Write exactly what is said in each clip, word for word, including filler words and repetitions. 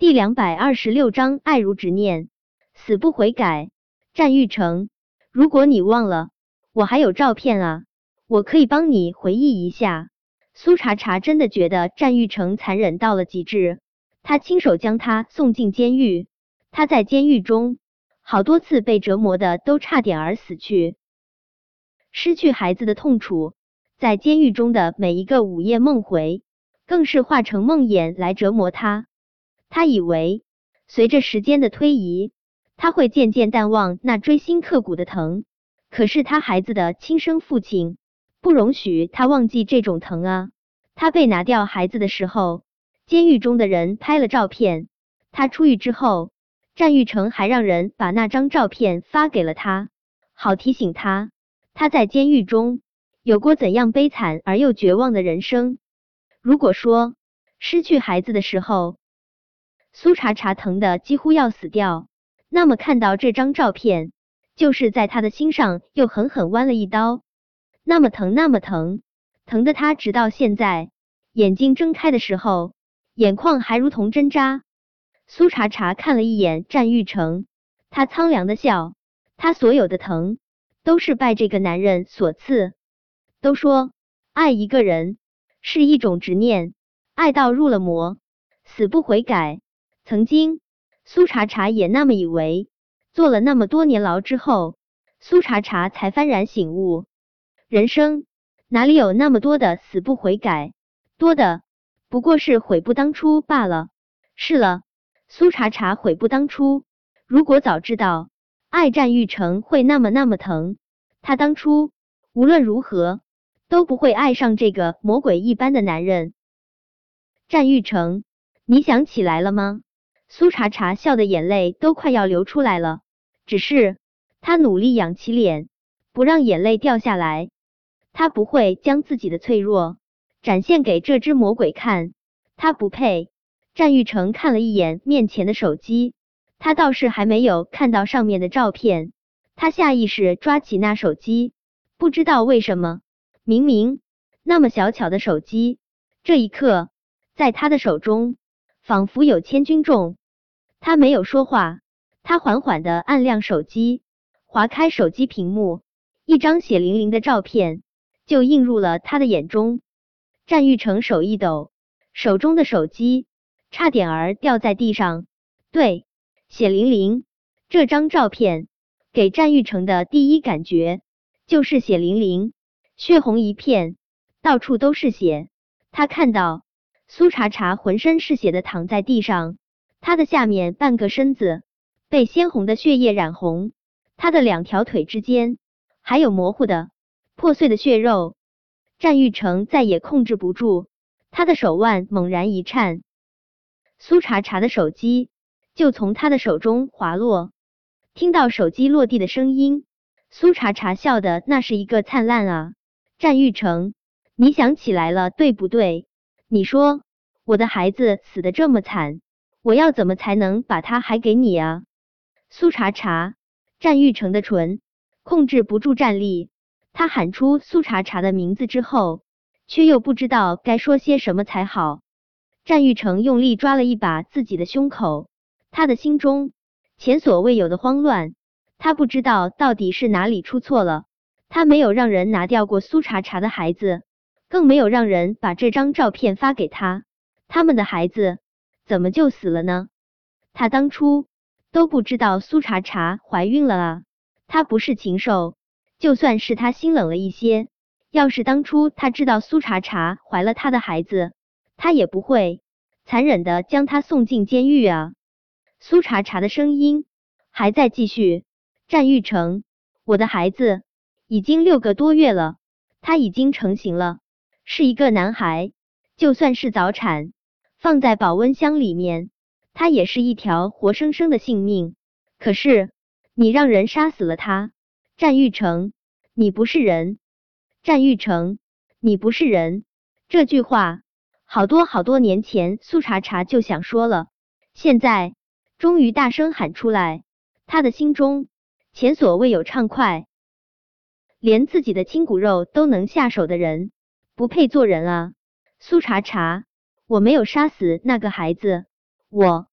第两百二十六章爱如执念，死不悔改。战玉成，如果你忘了，我还有照片啊，我可以帮你回忆一下。苏茶茶真的觉得战玉成残忍到了极致，他亲手将他送进监狱，他在监狱中好多次被折磨的都差点儿死去，失去孩子的痛楚，在监狱中的每一个午夜梦回，更是化成梦魇来折磨他。他以为随着时间的推移，他会渐渐淡忘那锥心刻骨的疼，可是他孩子的亲生父亲不容许他忘记这种疼啊。他被拿掉孩子的时候，监狱中的人拍了照片，他出狱之后，战玉成还让人把那张照片发给了他，好提醒他他在监狱中有过怎样悲惨而又绝望的人生。如果说失去孩子的时候苏茶茶疼得几乎要死掉，那么看到这张照片，就是在他的心上又狠狠剜了一刀，那么疼那么疼，疼得他直到现在眼睛睁开的时候，眼眶还如同针扎。苏茶茶看了一眼战玉成，他苍凉的笑，他所有的疼都是拜这个男人所赐。都说爱一个人是一种执念，爱到入了魔，死不悔改。曾经苏茶茶也那么以为，坐了那么多年牢之后，苏茶茶才幡然醒悟，人生哪里有那么多的死不悔改，多的不过是悔不当初罢了。是了，苏茶茶悔不当初，如果早知道爱战玉成会那么那么疼，他当初无论如何都不会爱上这个魔鬼一般的男人。战玉成，你想起来了吗？苏茶茶笑的眼泪都快要流出来了，只是他努力仰起脸，不让眼泪掉下来。他不会将自己的脆弱展现给这只魔鬼看，他不配。战玉成看了一眼面前的手机，他倒是还没有看到上面的照片，他下意识抓起那手机，不知道为什么，明明那么小巧的手机，这一刻在他的手中仿佛有千钧重。他没有说话，他缓缓地按亮手机，划开手机屏幕，一张血淋淋的照片就映入了他的眼中。战玉成手一抖，手中的手机差点儿掉在地上。对，血淋淋，这张照片给战玉成的第一感觉就是血淋淋，血红一片，到处都是血。他看到苏茶茶浑身是血的躺在地上，他的下面半个身子被鲜红的血液染红，他的两条腿之间还有模糊的破碎的血肉。战玉成再也控制不住，他的手腕猛然一颤，苏茶茶的手机就从他的手中滑落。听到手机落地的声音，苏茶茶笑的那是一个灿烂啊。战玉成，你想起来了对不对？你说我的孩子死得这么惨，我要怎么才能把他还给你啊？苏茶茶，战玉成的唇控制不住战栗，他喊出苏茶茶的名字之后，却又不知道该说些什么才好。战玉成用力抓了一把自己的胸口，他的心中前所未有的慌乱，他不知道到底是哪里出错了。他没有让人拿掉过苏茶茶的孩子，更没有让人把这张照片发给他，他们的孩子怎么就死了呢？他当初都不知道苏茶茶怀孕了啊！他不是禽兽，就算是他心冷了一些，要是当初他知道苏茶茶怀了他的孩子，他也不会残忍的将他送进监狱啊！苏茶茶的声音还在继续，战玉成，我的孩子已经六个多月了，他已经成型了，是一个男孩，就算是早产，放在保温箱里面，他也是一条活生生的性命。可是你让人杀死了他，战玉成，你不是人！战玉成，你不是人！这句话好多好多年前苏茶茶就想说了，现在终于大声喊出来，他的心中前所未有畅快。连自己的亲骨肉都能下手的人，不配做人啊！苏茶茶，我没有杀死那个孩子，我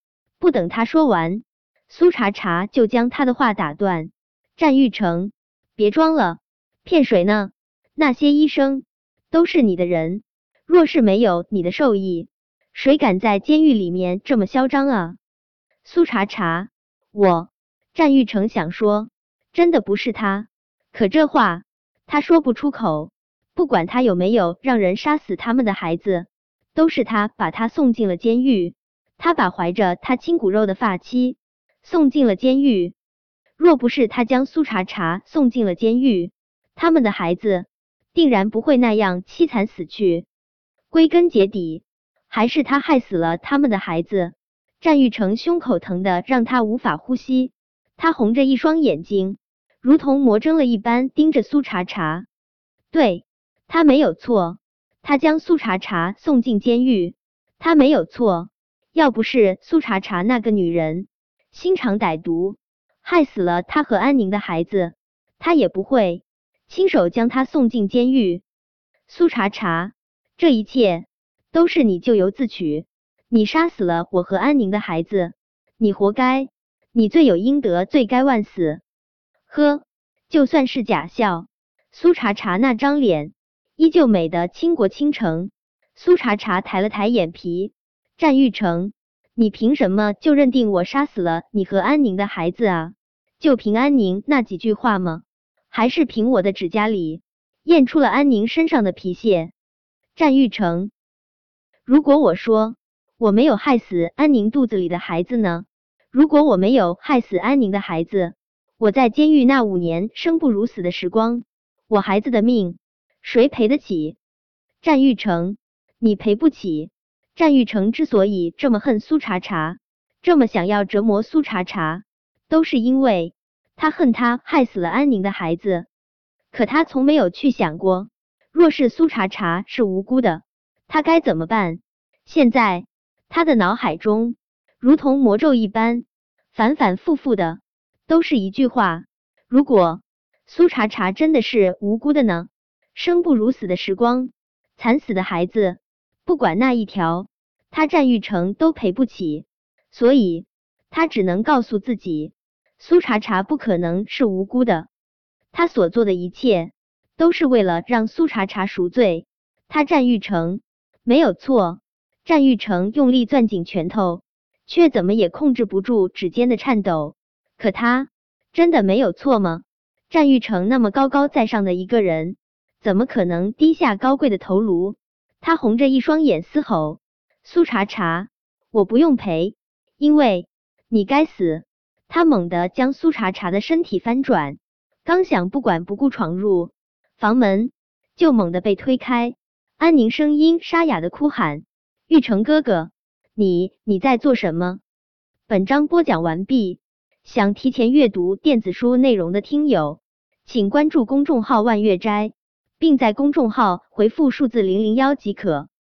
不等他说完，苏茶茶就将他的话打断。战玉成，别装了，骗谁呢？那些医生都是你的人，若是没有你的授意，谁敢在监狱里面这么嚣张啊？苏茶茶，我……战玉成想说，真的不是他，可这话他说不出口。不管他有没有让人杀死他们的孩子，都是他把他送进了监狱，他把怀着他亲骨肉的发妻送进了监狱。若不是他将苏茶茶送进了监狱，他们的孩子定然不会那样凄惨死去。归根结底，还是他害死了他们的孩子。战玉成胸口疼得让他无法呼吸，他红着一双眼睛，如同魔怔了一般盯着苏茶茶。对，他没有错，他将苏茶茶送进监狱，他没有错。要不是苏茶茶那个女人心肠歹毒，害死了他和安宁的孩子，他也不会亲手将他送进监狱。苏茶茶，这一切都是你咎由自取，你杀死了我和安宁的孩子，你活该，你罪有应得，罪该万死。呵，就算是假笑，苏茶茶那张脸依旧美得倾国倾城。苏茶茶抬了抬眼皮，战玉成，你凭什么就认定我杀死了你和安宁的孩子啊？就凭安宁那几句话吗？还是凭我的指甲里验出了安宁身上的皮屑？战玉成，如果我说我没有害死安宁肚子里的孩子呢？如果我没有害死安宁的孩子，我在监狱那五年生不如死的时光，我孩子的命谁赔得起？战玉成，你赔不起。战玉成之所以这么恨苏茶茶，这么想要折磨苏茶茶，都是因为他恨他害死了安宁的孩子。可他从没有去想过，若是苏茶茶是无辜的，他该怎么办？现在他的脑海中如同魔咒一般，反反复复的都是一句话：如果苏茶茶真的是无辜的呢？生不如死的时光，惨死的孩子，不管那一条，他战玉成都赔不起。所以他只能告诉自己，苏茶茶不可能是无辜的，他所做的一切都是为了让苏茶茶赎罪。他战玉成没有错。战玉成用力攥紧拳头，却怎么也控制不住指尖的颤抖。可他真的没有错吗？战玉成那么高高在上的一个人，怎么可能低下高贵的头颅？他红着一双眼嘶吼：苏茶茶，我不用赔，因为你该死！他猛地将苏茶茶的身体翻转，刚想不管不顾闯入房门，就猛地被推开。安宁声音沙哑的哭喊：玉成哥哥，你你在做什么？本章播讲完毕。想提前阅读电子书内容的听友，请关注公众号万月斋，并在公众号回复数字零零一即可。